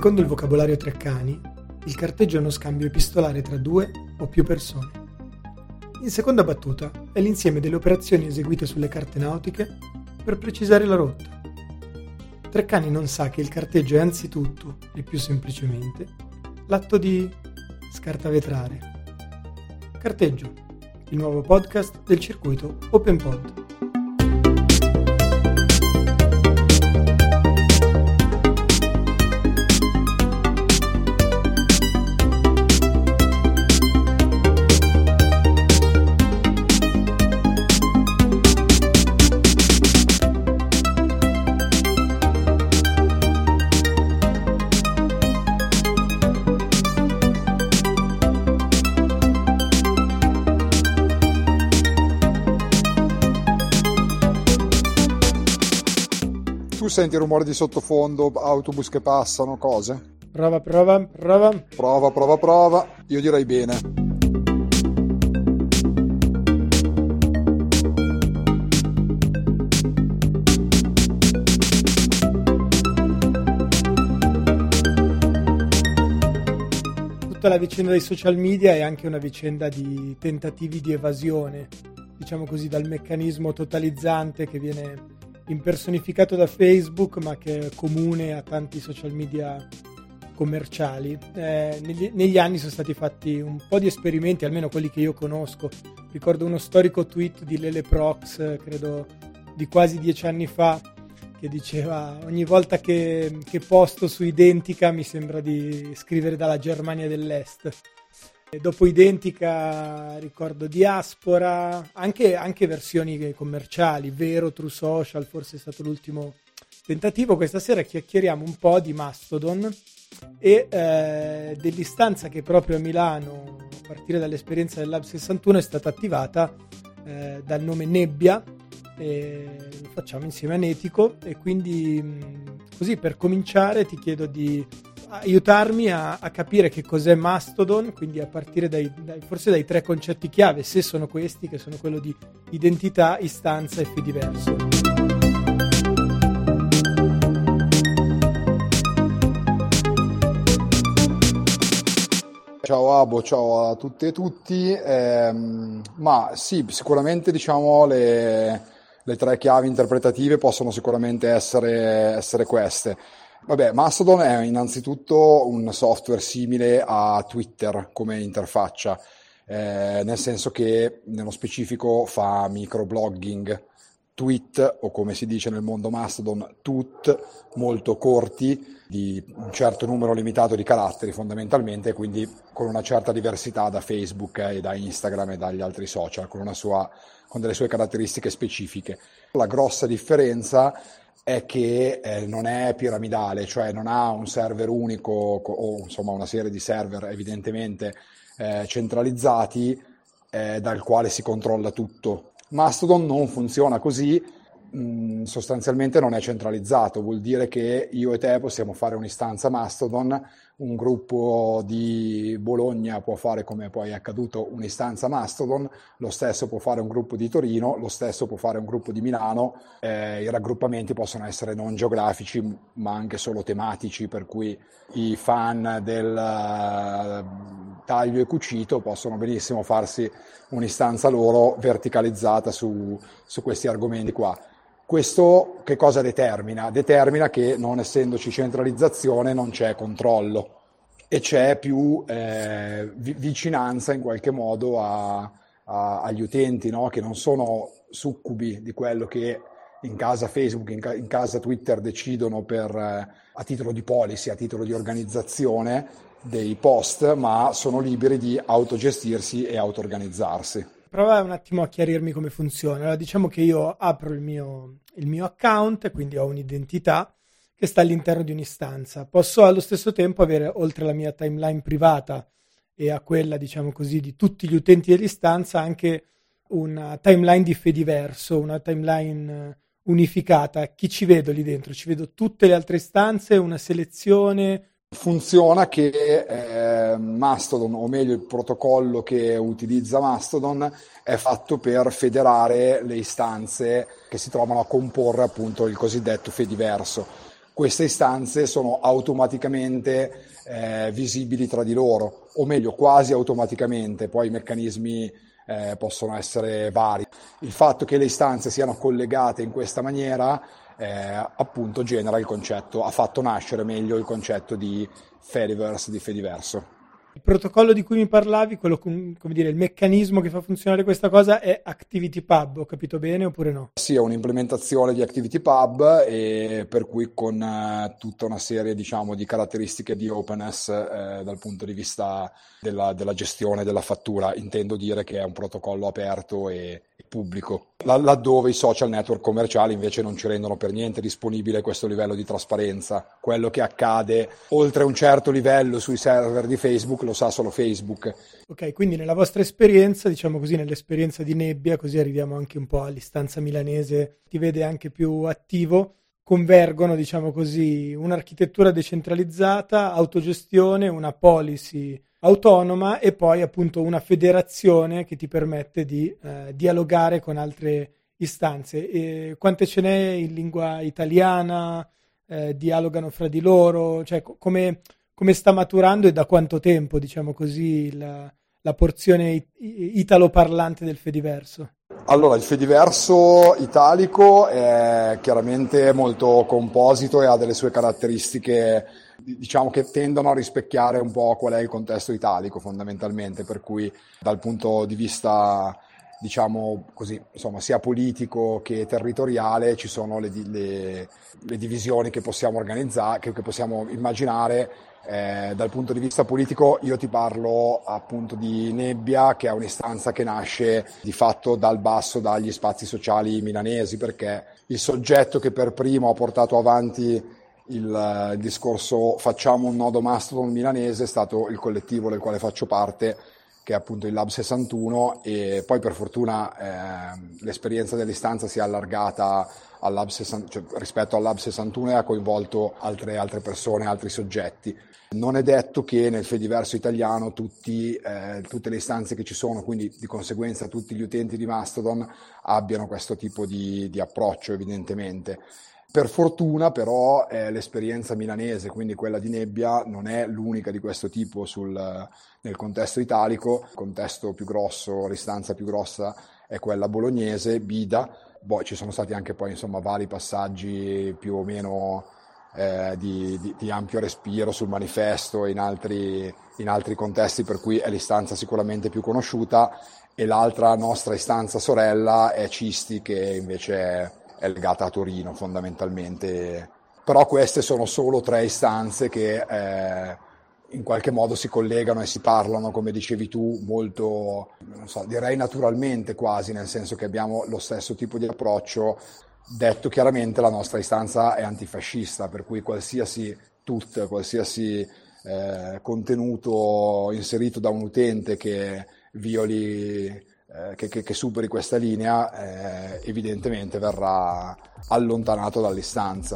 Secondo il vocabolario Treccani, il carteggio è uno scambio epistolare tra due o più persone. In seconda battuta è l'insieme delle operazioni eseguite sulle carte nautiche per precisare la rotta. Treccani non sa che il carteggio è anzitutto, e più semplicemente, l'atto di scartavetrare. Carteggio, il nuovo podcast del circuito OpenPod. Tu senti rumore di sottofondo, autobus che passano, cose? Prova. Prova. Io direi bene. Tutta la vicenda dei social media è anche una vicenda di tentativi di evasione, diciamo così, dal meccanismo totalizzante che viene impersonificato da Facebook, ma che è comune a tanti social media commerciali. Negli anni sono stati fatti un po' di esperimenti, almeno quelli che io conosco. Ricordo uno storico tweet di Lele Prox, credo di quasi 10 anni fa, che diceva: ogni volta che posto su Identica mi sembra di scrivere dalla Germania dell'Est. E dopo Identica ricordo Diaspora, anche versioni commerciali, Vero, True Social, forse è stato l'ultimo tentativo. Questa sera chiacchieriamo un po' di Mastodon e dell'istanza che proprio a Milano, a partire dall'esperienza del Lab 61, è stata attivata dal nome Nebbia, e lo facciamo insieme a Netico. E quindi così, per cominciare, ti chiedo di aiutarmi a capire che cos'è Mastodon, quindi a partire forse dai tre concetti chiave, se sono questi, che sono quello di identità, istanza e fediverso. Ciao Abo, ciao a tutte e tutti. Ma sì, sicuramente diciamo le tre chiavi interpretative possono sicuramente essere queste. Vabbè, Mastodon è innanzitutto un software simile a Twitter come interfaccia, nel senso che nello specifico fa microblogging, tweet, o come si dice nel mondo Mastodon, tut, molto corti, di un certo numero limitato di caratteri fondamentalmente, quindi con una certa diversità da Facebook e da Instagram e dagli altri social, con delle sue caratteristiche specifiche. La grossa differenza è che non è piramidale, cioè non ha un server unico o insomma una serie di server evidentemente centralizzati dal quale si controlla tutto. Mastodon non funziona così, sostanzialmente non è centralizzato, vuol dire che io e te possiamo fare un'istanza Mastodon, un gruppo di Bologna può fare, come poi è accaduto, un'istanza Mastodon, lo stesso può fare un gruppo di Torino, lo stesso può fare un gruppo di Milano. I raggruppamenti possono essere non geografici ma anche solo tematici, per cui i fan del taglio e cucito possono benissimo farsi un'istanza loro verticalizzata su questi argomenti qua. Questo che cosa determina? Determina che, non essendoci centralizzazione, non c'è controllo e c'è più vicinanza in qualche modo agli utenti, no? Che non sono succubi di quello che in casa Facebook, in casa Twitter decidono a titolo di policy, a titolo di organizzazione dei post, ma sono liberi di autogestirsi e auto-organizzarsi. Prova un attimo a chiarirmi come funziona. Allora, diciamo che io apro il mio account, quindi ho un'identità che sta all'interno di un'istanza. Posso allo stesso tempo avere, oltre alla mia timeline privata e a quella, diciamo così, di tutti gli utenti dell'istanza, anche una timeline di fediverso, una timeline unificata. Chi ci vedo lì dentro? Ci vedo tutte le altre istanze, una selezione. Funziona che Mastodon, o meglio il protocollo che utilizza Mastodon, è fatto per federare le istanze che si trovano a comporre appunto il cosiddetto fediverso. queste istanze sono automaticamente visibili tra di loro, o meglio quasi automaticamente, poi i meccanismi possono essere vari. Il fatto che le istanze siano collegate in questa maniera appunto genera il concetto, ha fatto nascere meglio il concetto di Fediverse, di Fediverso. Il protocollo di cui mi parlavi, quello come dire, il meccanismo che fa funzionare questa cosa è ActivityPub, ho capito bene oppure no? Sì, è un'implementazione di ActivityPub e per cui con tutta una serie, diciamo, di caratteristiche di openness dal punto di vista della gestione della fattura. Intendo dire che è un protocollo aperto e pubblico, laddove i social network commerciali invece non ci rendono per niente disponibile questo livello di trasparenza. Quello che accade oltre un certo livello sui server di Facebook lo sa solo Facebook. Ok, quindi nella vostra esperienza, diciamo così, nell'esperienza di Nebbia, così arriviamo anche un po' all'istanza milanese, ti vede anche più attivo, convergono, diciamo così, un'architettura decentralizzata, autogestione, una policy autonoma e poi appunto una federazione che ti permette di dialogare con altre istanze. E quante ce n'è in lingua italiana? Dialogano fra di loro? Cioè come sta maturando e da quanto tempo, diciamo così, la porzione italo-parlante del Fediverso? Allora, il Fediverso italico è chiaramente molto composito e ha delle sue caratteristiche, diciamo, che tendono a rispecchiare un po' qual è il contesto italico fondamentalmente, per cui dal punto di vista, diciamo così, insomma, sia politico che territoriale ci sono le divisioni che possiamo organizzare, che possiamo immaginare. Dal punto di vista politico io ti parlo appunto di Nebbia, che è un'istanza che nasce di fatto dal basso, dagli spazi sociali milanesi, perché il soggetto che per primo ha portato avanti il discorso facciamo un nodo Mastodon milanese è stato il collettivo del quale faccio parte, che è appunto il Lab 61, e poi per fortuna l'esperienza dell'istanza si è allargata al Lab 60, cioè, rispetto al Lab 61 e ha coinvolto altre persone, altri soggetti. Non è detto che nel Fediverso italiano tutte le istanze che ci sono, quindi di conseguenza tutti gli utenti di Mastodon, abbiano questo tipo di approccio, evidentemente. Per fortuna però l'esperienza milanese, quindi quella di Nebbia, non è l'unica di questo tipo nel contesto italico. Il contesto più grosso, l'istanza più grossa è quella bolognese, Bida. Poi ci sono stati anche poi insomma vari passaggi più o meno di ampio respiro sul manifesto e in altri contesti, per cui è l'istanza sicuramente più conosciuta, e l'altra nostra istanza sorella è Cisti, che invece è legata a Torino fondamentalmente. Però queste sono solo 3 istanze che in qualche modo si collegano e si parlano, come dicevi tu, molto, non so, direi naturalmente quasi, nel senso che abbiamo lo stesso tipo di approccio. Detto chiaramente, la nostra istanza è antifascista, per cui qualsiasi contenuto inserito da un utente che violi, che superi questa linea, evidentemente verrà allontanato dall'istanza.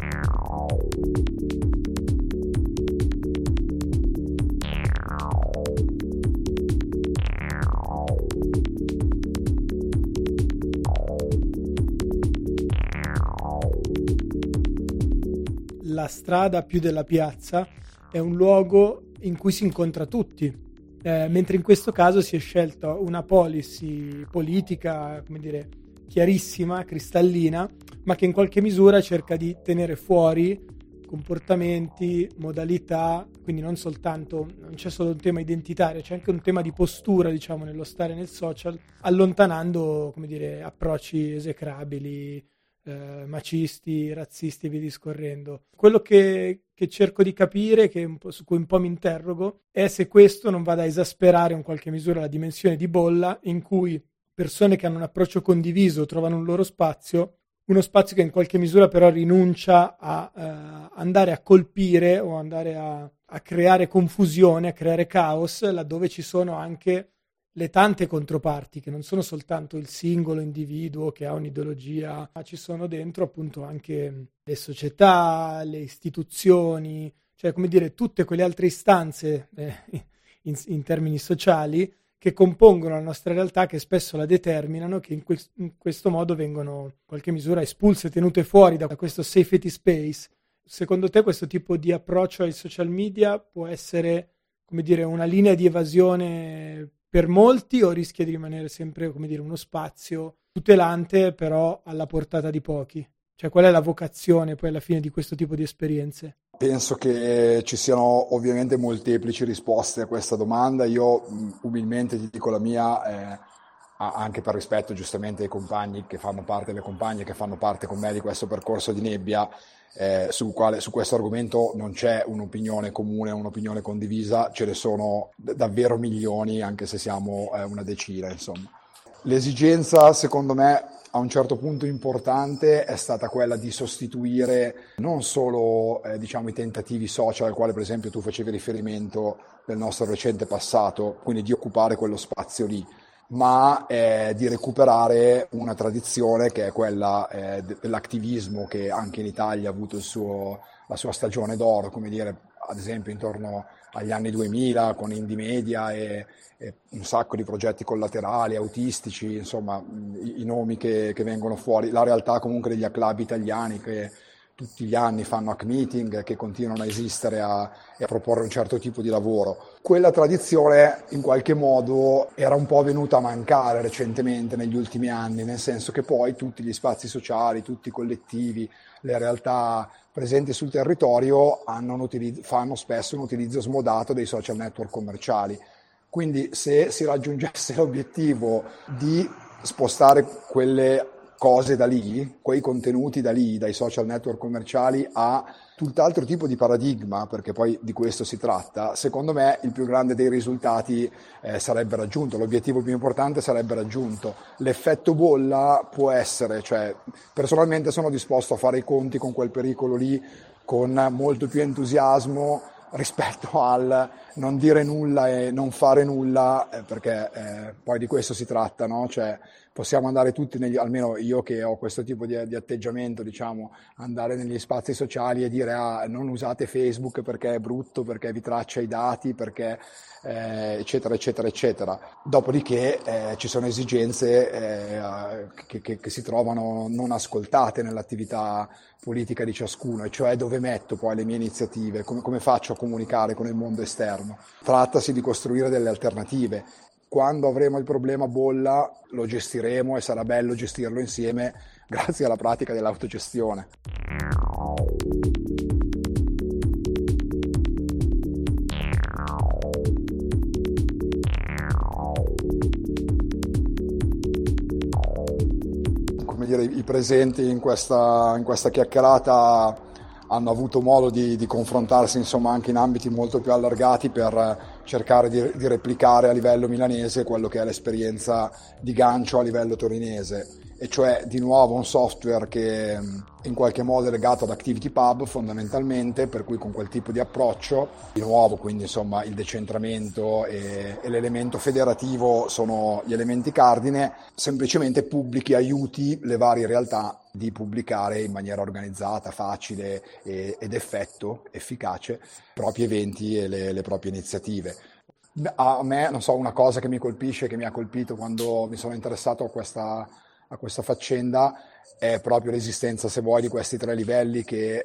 La strada più della piazza è un luogo in cui si incontra tutti, mentre in questo caso si è scelta una policy politica, come dire, chiarissima, cristallina, ma che in qualche misura cerca di tenere fuori comportamenti, modalità, quindi non c'è solo un tema identitario, c'è anche un tema di postura, diciamo, nello stare nel social, allontanando, come dire, approcci esecrabili, macisti, razzisti e via discorrendo. Quello che cerco di capire, su cui un po' mi interrogo, è se questo non vada a esasperare in qualche misura la dimensione di bolla in cui persone che hanno un approccio condiviso trovano un loro spazio, uno spazio che in qualche misura però rinuncia a andare a colpire o andare a creare confusione, a creare caos, laddove ci sono anche le tante controparti, che non sono soltanto il singolo individuo che ha un'ideologia, ma ci sono dentro appunto anche le società, le istituzioni, cioè come dire tutte quelle altre istanze in termini sociali che compongono la nostra realtà, che spesso la determinano, che in questo modo vengono in qualche misura espulse, tenute fuori da questo safety space. secondo te questo tipo di approccio ai social media può essere, come dire, una linea di evasione per molti, o rischia di rimanere sempre, come dire, uno spazio tutelante però alla portata di pochi? Cioè, qual è la vocazione poi alla fine di questo tipo di esperienze? Penso che ci siano ovviamente molteplici risposte a questa domanda. Io umilmente ti dico la mia, anche per rispetto giustamente ai compagni che fanno parte, le compagne che fanno parte con me di questo percorso di Nebbia, su questo argomento non c'è un'opinione comune, un'opinione condivisa, ce ne sono davvero milioni, anche se siamo una decina, insomma. L'esigenza, secondo me, a un certo punto importante è stata quella di sostituire non solo diciamo, i tentativi social al quale per esempio tu facevi riferimento nel nostro recente passato, quindi di occupare quello spazio lì, ma di recuperare una tradizione che è quella dell'attivismo, che anche in Italia ha avuto la sua stagione d'oro, come dire, ad esempio intorno agli anni 2000 con Indie Media e un sacco di progetti collaterali, autistici, insomma i nomi che vengono fuori, la realtà comunque degli club italiani che tutti gli anni fanno hack meeting, che continuano a esistere e a proporre un certo tipo di lavoro. Quella tradizione in qualche modo era un po' venuta a mancare recentemente negli ultimi anni, nel senso che poi tutti gli spazi sociali, tutti i collettivi, le realtà presenti sul territorio fanno spesso un utilizzo smodato dei social network commerciali. Quindi se si raggiungesse l'obiettivo di spostare quelle cose da lì, quei contenuti da lì, dai social network commerciali a tutt'altro tipo di paradigma, perché poi di questo si tratta, secondo me il più grande dei risultati sarebbe raggiunto, l'obiettivo più importante sarebbe raggiunto. L'effetto bolla può essere, cioè personalmente sono disposto a fare i conti con quel pericolo lì con molto più entusiasmo rispetto al non dire nulla e non fare nulla, perché poi di questo si tratta, no? Cioè possiamo andare tutti, almeno io che ho questo tipo di atteggiamento, diciamo, andare negli spazi sociali e dire non usate Facebook perché è brutto, perché vi traccia i dati, perché eccetera eccetera eccetera. Dopodiché ci sono esigenze che si trovano non ascoltate nell'attività politica di ciascuno, e cioè dove metto poi le mie iniziative, come faccio a comunicare con il mondo esterno. Trattasi di costruire delle alternative. Quando avremo il problema bolla lo gestiremo e sarà bello gestirlo insieme grazie alla pratica dell'autogestione. Come dire, i presenti in questa chiacchierata hanno avuto modo di confrontarsi, insomma, anche in ambiti molto più allargati per cercare di replicare a livello milanese quello che è l'esperienza di gancio a livello torinese, e cioè di nuovo un software che in qualche modo è legato ad ActivityPub fondamentalmente, per cui con quel tipo di approccio, di nuovo quindi insomma il decentramento e l'elemento federativo sono gli elementi cardine, semplicemente pubblichi, aiuti le varie realtà di pubblicare in maniera organizzata, facile ed efficace i propri eventi e le proprie iniziative. A me, non so, una cosa che mi colpisce, che mi ha colpito quando mi sono interessato a questa faccenda è proprio l'esistenza, se vuoi, di questi tre livelli che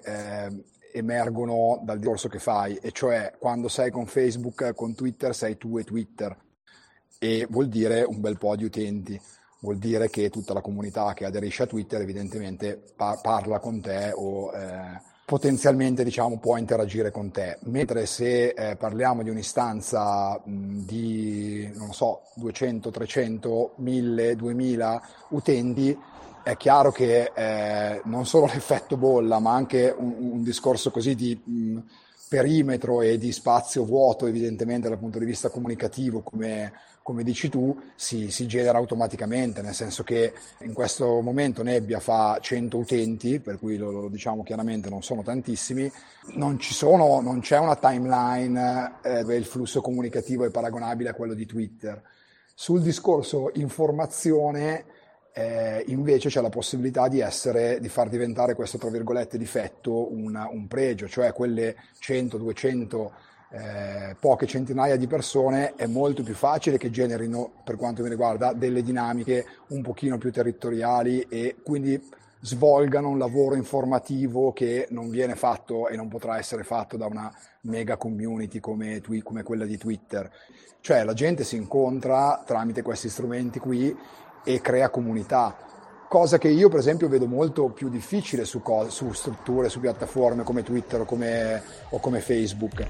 emergono dal discorso che fai, e cioè quando sei con Facebook, con Twitter, sei tu e Twitter, e vuol dire un bel po' di utenti. Vuol dire che tutta la comunità che aderisce a Twitter evidentemente parla con te o potenzialmente, diciamo, può interagire con te, mentre se parliamo di un'istanza di, non so, 200, 300, 1000, 2000 utenti, è chiaro che non solo l'effetto bolla, ma anche un discorso così di perimetro e di spazio vuoto, evidentemente dal punto di vista comunicativo, come dici tu, si genera automaticamente, nel senso che in questo momento Nebbia fa 100 utenti, per cui lo diciamo chiaramente non sono tantissimi, non c'è una timeline dove il flusso comunicativo è paragonabile a quello di Twitter. Sul discorso informazione invece c'è la possibilità di far diventare questo, tra virgolette, difetto un pregio, cioè quelle 100, 200 poche centinaia di persone è molto più facile che generino, per quanto mi riguarda, delle dinamiche un pochino più territoriali e quindi svolgano un lavoro informativo che non viene fatto e non potrà essere fatto da una mega community come quella di Twitter. Cioè la gente si incontra tramite questi strumenti qui e crea comunità, cosa che io per esempio vedo molto più difficile su strutture, su piattaforme come Twitter o come Facebook.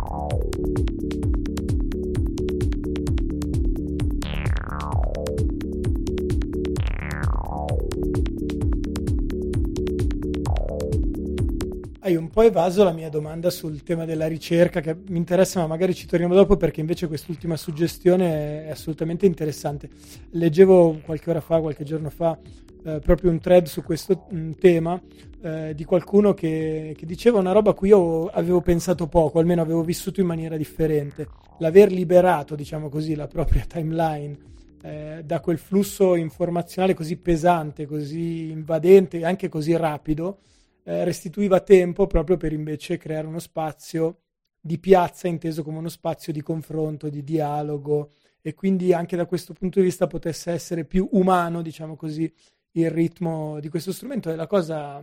Hai un po' evaso la mia domanda sul tema della ricerca, che mi interessa, ma magari ci torniamo dopo, perché invece quest'ultima suggestione è assolutamente interessante. Leggevo qualche giorno fa, proprio un thread su questo tema di qualcuno che diceva una roba a cui io avevo pensato poco, almeno avevo vissuto in maniera differente. L'aver liberato, diciamo così, la propria timeline da quel flusso informazionale così pesante, così invadente e anche così rapido, restituiva tempo proprio per invece creare uno spazio di piazza inteso come uno spazio di confronto, di dialogo, e quindi anche da questo punto di vista potesse essere più umano, diciamo così, il ritmo di questo strumento. E la cosa,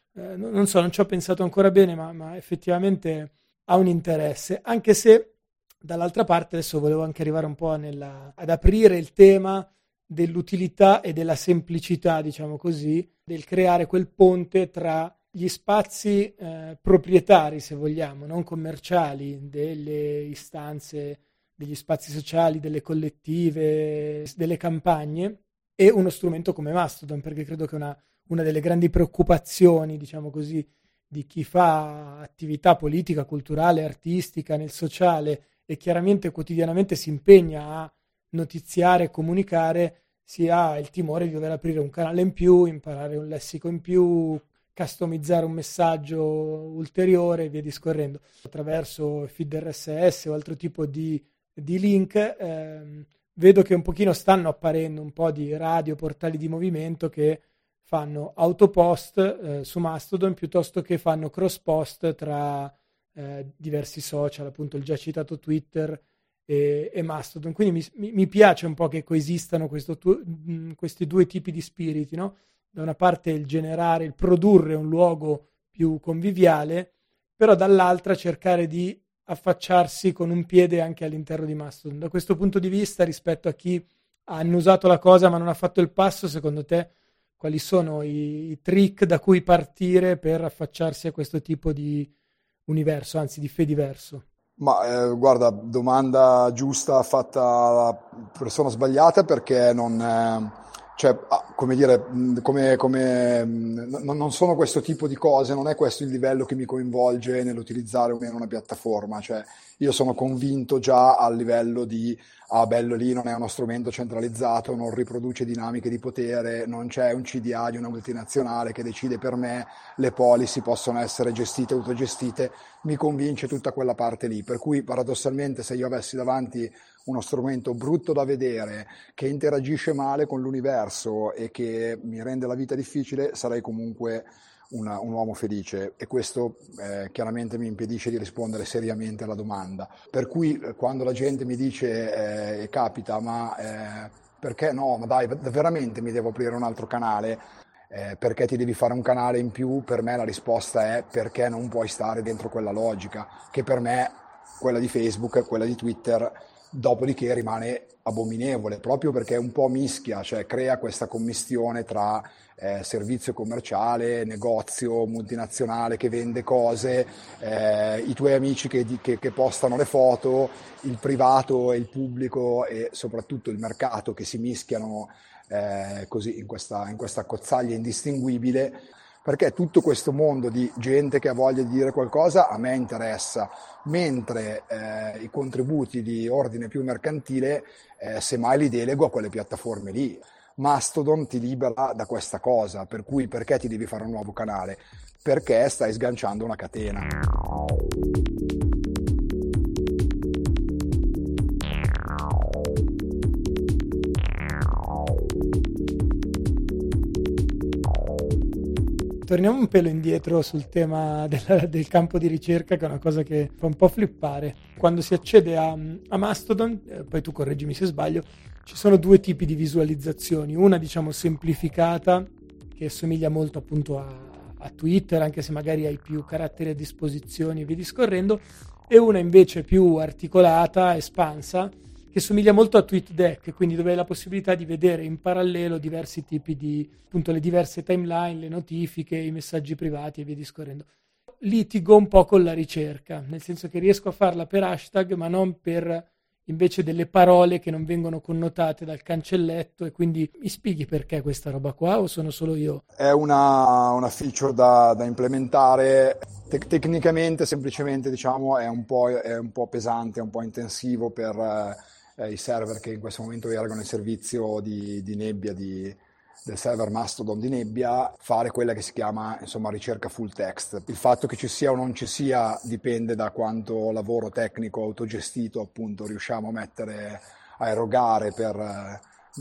non so, non ci ho pensato ancora bene, ma effettivamente ha un interesse, anche se dall'altra parte adesso volevo anche arrivare un po' ad aprire il tema dell'utilità e della semplicità, diciamo così, del creare quel ponte tra gli spazi proprietari, se vogliamo, non commerciali, delle istanze, degli spazi sociali, delle collettive, delle campagne, e uno strumento come Mastodon, perché credo che una delle grandi preoccupazioni, diciamo così, di chi fa attività politica, culturale, artistica, nel sociale, e chiaramente quotidianamente si impegna a notiziare e comunicare, si ha il timore di dover aprire un canale in più, imparare un lessico in più, customizzare un messaggio ulteriore e via discorrendo. Attraverso feed RSS o altro tipo di link, vedo che un pochino stanno apparendo un po' di radio, portali di movimento che fanno autopost su Mastodon piuttosto che fanno cross post tra diversi social, appunto il già citato Twitter e Mastodon. Quindi mi piace un po' che coesistano questi due tipi di spiriti, no? Da una parte il produrre un luogo più conviviale, però dall'altra cercare di affacciarsi con un piede anche all'interno di Mastodon. Da questo punto di vista, rispetto a chi ha annusato la cosa ma non ha fatto il passo, secondo te quali sono i trick da cui partire per affacciarsi a questo tipo di universo, anzi di Fediverso? Ma guarda, domanda giusta fatta alla persona sbagliata, perché non, cioè, come dire, non sono questo tipo di cose, non è questo il livello che mi coinvolge nell'utilizzare o meno una piattaforma. Cioè, io sono convinto già al livello di bello, lì non è uno strumento centralizzato, non riproduce dinamiche di potere, non c'è un CDA di una multinazionale che decide per me, le policy possono essere gestite o autogestite. Mi convince tutta quella parte lì, per cui paradossalmente se io avessi davanti uno strumento brutto da vedere, che interagisce male con l'universo e che mi rende la vita difficile, sarei comunque un uomo felice, e questo chiaramente mi impedisce di rispondere seriamente alla domanda. Per cui quando la gente mi dice capita, ma perché no, ma dai, veramente mi devo aprire un altro canale? Perché ti devi fare un canale in più? Per me la risposta è perché non puoi stare dentro quella logica, che per me, quella di Facebook, quella di Twitter, dopodiché rimane abominevole, proprio perché un po' mischia, cioè crea questa commistione tra servizio commerciale, negozio, multinazionale che vende cose, i tuoi amici che postano le foto, il privato e il pubblico, e soprattutto il mercato, che si mischiano così in questa accozzaglia indistinguibile. Perché tutto questo mondo di gente che ha voglia di dire qualcosa a me interessa, mentre i contributi di ordine più mercantile semmai li delego a quelle piattaforme lì. Mastodon ti libera da questa cosa, per cui perché ti devi fare un nuovo canale? Perché stai sganciando una catena. Torniamo un pelo indietro sul tema del campo di ricerca, che è una cosa che fa un po' flippare. Quando si accede a Mastodon, poi tu correggimi se sbaglio, ci sono due tipi di visualizzazioni. Una, diciamo, semplificata, che somiglia molto appunto a Twitter, anche se magari hai più caratteri a disposizione e via discorrendo, e una invece più articolata, espansa, che somiglia molto a TweetDeck, quindi dove hai la possibilità di vedere in parallelo diversi tipi di, appunto, le diverse timeline, le notifiche, i messaggi privati e via discorrendo. Litigo un po' con la ricerca, nel senso che riesco a farla per hashtag, ma non per invece delle parole che non vengono connotate dal cancelletto, e quindi mi spieghi perché questa roba qua, o sono solo io? È una feature da implementare. Tecnicamente, semplicemente, diciamo, è un po' pesante, è un po' intensivo per i server che in questo momento erogano il servizio di Nebbia, del server Mastodon di Nebbia, fare quella che si chiama, insomma, ricerca full text. Il fatto che ci sia o non ci sia dipende da quanto lavoro tecnico autogestito appunto riusciamo a erogare per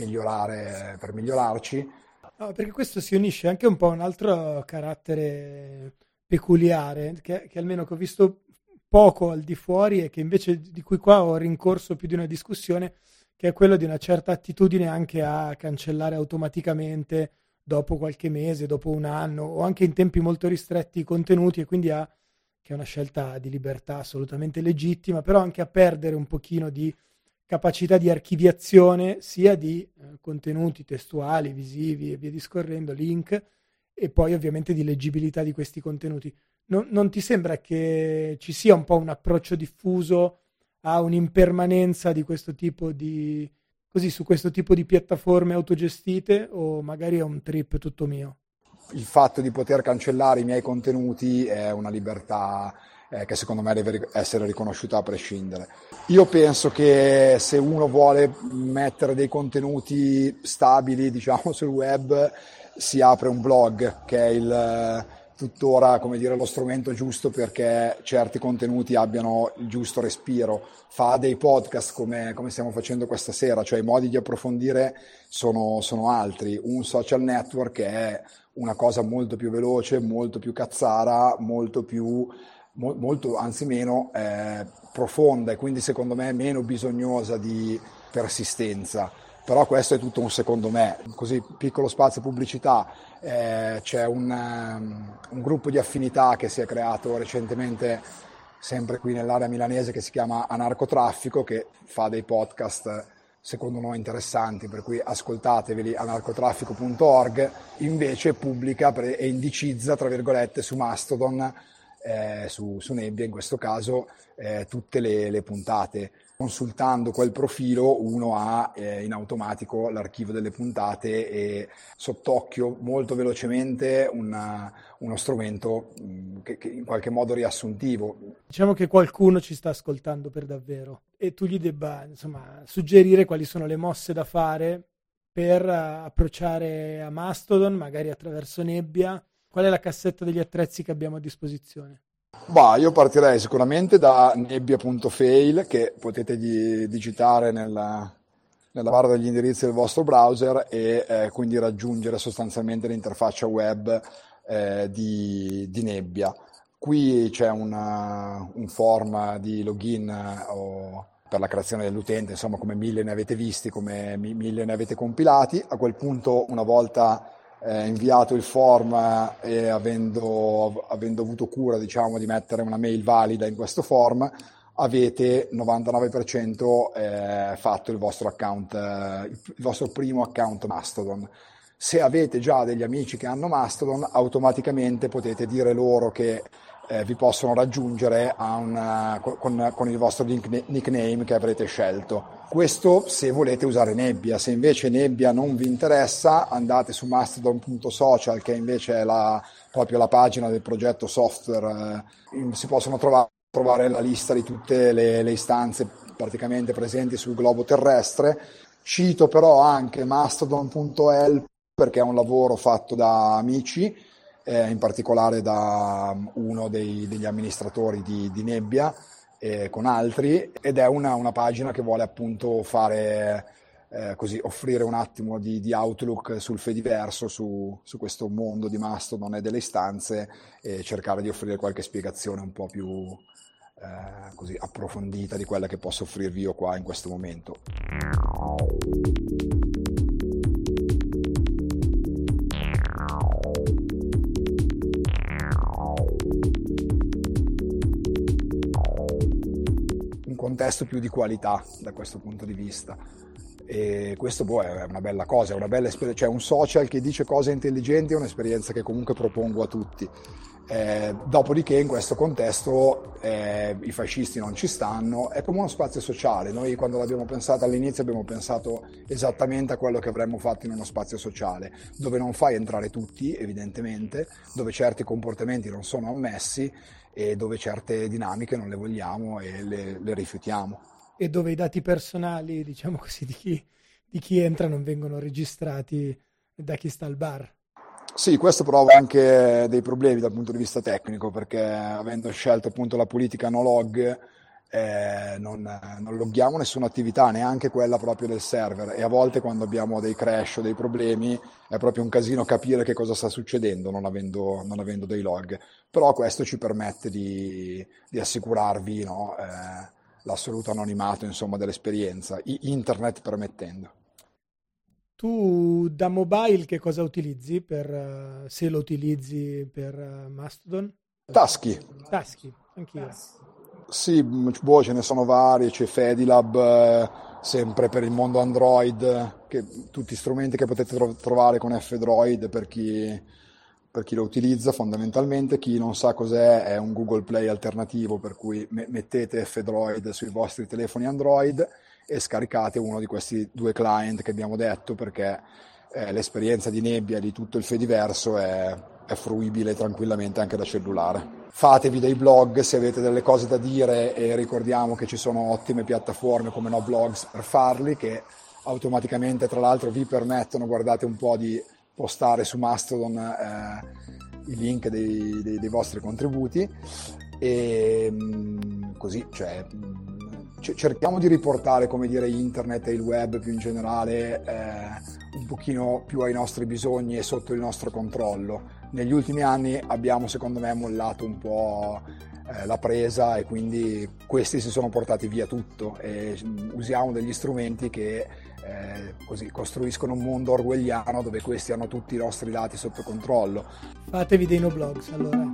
migliorarci. No, perché questo si unisce anche un po' a un altro carattere peculiare, che almeno che ho visto poco al di fuori, e che invece di cui qua ho rincorso più di una discussione, che è quello di una certa attitudine anche a cancellare automaticamente dopo qualche mese, dopo un anno, o anche in tempi molto ristretti i contenuti, e quindi che è una scelta di libertà assolutamente legittima, però anche a perdere un pochino di capacità di archiviazione sia di contenuti testuali, visivi e via discorrendo, link, e poi ovviamente di leggibilità di questi contenuti. Non ti sembra che ci sia un po' un approccio diffuso a un'impermanenza di questo tipo su questo tipo di piattaforme autogestite, o magari è un trip tutto mio? Il fatto di poter cancellare i miei contenuti è una libertà che secondo me deve essere riconosciuta a prescindere. Io penso che se uno vuole mettere dei contenuti stabili, diciamo, sul web, si apre un blog, che è tuttora, come dire, lo strumento giusto perché certi contenuti abbiano il giusto respiro. Fa dei podcast come stiamo facendo questa sera, cioè i modi di approfondire sono altri. Un social network è una cosa molto più veloce, molto più cazzara, molto anzi meno profonda, e quindi secondo me meno bisognosa di persistenza. Però questo è tutto un secondo me. Così, piccolo spazio pubblicità, c'è un gruppo di affinità che si è creato recentemente sempre qui nell'area milanese, che si chiama Anarcotraffico, che fa dei podcast secondo noi interessanti, per cui ascoltateveli, anarcotraffico.org. Invece pubblica e indicizza, tra virgolette, su Mastodon, su Nebbia in questo caso, tutte le puntate. Consultando quel profilo uno ha in automatico l'archivio delle puntate e sott'occhio molto velocemente uno strumento che in qualche modo riassuntivo. Diciamo che qualcuno ci sta ascoltando per davvero, e tu gli debba, insomma, suggerire quali sono le mosse da fare per approcciare a Mastodon, magari attraverso Nebbia. Qual è la cassetta degli attrezzi che abbiamo a disposizione? Io partirei sicuramente da nebbia.fail, che potete digitare nella barra degli indirizzi del vostro browser, e quindi raggiungere sostanzialmente l'interfaccia web di Nebbia. Qui c'è un form di login per la creazione dell'utente, insomma, come 1000 ne avete visti, come 1000 ne avete compilati. A quel punto, una volta inviato il form e avendo avuto cura, diciamo, di mettere una mail valida in questo form, avete 99% fatto il vostro account, il vostro primo account Mastodon. Se avete già degli amici che hanno Mastodon, automaticamente potete dire loro che vi possono raggiungere con il vostro nickname che avrete scelto. Questo se volete usare Nebbia. Se invece Nebbia non vi interessa, andate su mastodon.social, che invece è proprio la pagina del progetto software. Si possono trovare la lista di tutte le istanze praticamente presenti sul globo terrestre. Cito però anche mastodon.help, perché è un lavoro fatto da amici, in particolare da uno degli amministratori di Nebbia, con altri, ed è una pagina che vuole appunto fare così, offrire un attimo di outlook sul Fediverso, su questo mondo di Mastodon e delle istanze, e cercare di offrire qualche spiegazione un po' più così approfondita di quella che posso offrirvi io qua in questo momento. contesto più di qualità da questo punto di vista. E questo è una bella cosa, è una bella esperienza, cioè un social che dice cose intelligenti è un'esperienza che comunque propongo a tutti. Dopodiché in questo contesto i fascisti non ci stanno, è come uno spazio sociale. Noi quando l'abbiamo pensato all'inizio abbiamo pensato esattamente a quello che avremmo fatto in uno spazio sociale, dove non fai entrare tutti evidentemente, dove certi comportamenti non sono ammessi e dove certe dinamiche non le vogliamo e le rifiutiamo. E dove i dati personali, diciamo così, di chi entra non vengono registrati da chi sta al bar. Sì, questo prova anche dei problemi dal punto di vista tecnico, perché avendo scelto appunto la politica no log, non loghiamo nessuna attività, neanche quella proprio del server, e a volte quando abbiamo dei crash o dei problemi è proprio un casino capire che cosa sta succedendo non avendo dei log. Però questo ci permette di assicurarvi, no, l'assoluto anonimato, insomma, dell'esperienza, internet permettendo. Tu da mobile che cosa utilizzi se lo utilizzi per Mastodon? Taschi. Taschi, anch'io. Sì, ce ne sono vari, c'è Fedilab, sempre per il mondo Android, tutti strumenti che potete trovare con F-Droid per chi lo utilizza fondamentalmente. Chi non sa cos'è, è un Google Play alternativo, per cui mettete F-Droid sui vostri telefoni Android e scaricate uno di questi due client che abbiamo detto, perché l'esperienza di nebbia di tutto il Fediverso è fruibile tranquillamente anche da cellulare. Fatevi dei blog se avete delle cose da dire, e ricordiamo che ci sono ottime piattaforme come Noblogs per farli, che automaticamente tra l'altro vi permettono, guardate un po', di postare su Mastodon i link dei vostri contributi, e così, cioè, cerchiamo di riportare, come dire, internet e il web più in generale un pochino più ai nostri bisogni e sotto il nostro controllo. Negli ultimi anni abbiamo, secondo me, mollato un po' la presa, e quindi questi si sono portati via tutto, e usiamo degli strumenti che così costruiscono un mondo orwelliano dove questi hanno tutti i nostri dati sotto controllo. Fatevi dei no blogs allora.